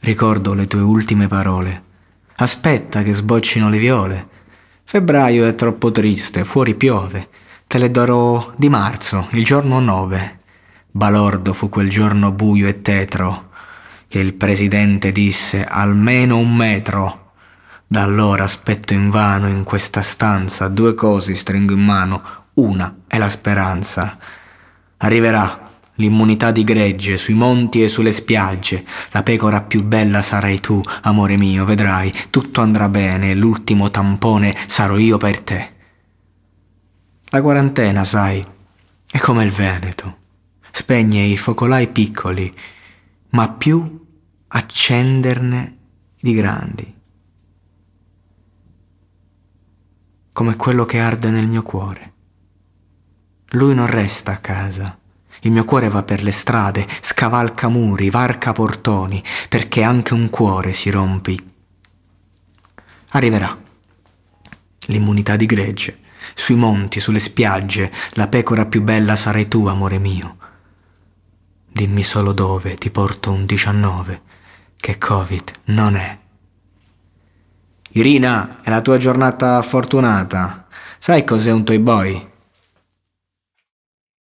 Ricordo le tue ultime parole. Aspetta che sboccino le viole. Febbraio è troppo triste, fuori piove. Te le darò di marzo, il giorno 9. Balordo fu quel giorno buio e tetro, che il presidente disse almeno 1 metro. Da allora aspetto invano in questa stanza, 2 cose stringo in mano, una è la speranza. Arriverà l'immunità di gregge sui monti e sulle spiagge, la pecora più bella sarai tu, amore mio, vedrai, tutto andrà bene, l'ultimo tampone sarò io per te. La quarantena, sai, è come il Veneto, spegne i focolai piccoli, ma più accenderne di grandi, come quello che arde nel mio cuore. Lui non resta a casa. Il mio cuore va per le strade, scavalca muri, varca portoni, perché anche un cuore si rompe. Arriverà l'immunità di gregge, sui monti, sulle spiagge, la pecora più bella sarai tu, amore mio. Dimmi solo dove ti porto un 19, che Covid non è. Irina, è la tua giornata fortunata. Sai cos'è un toy boy?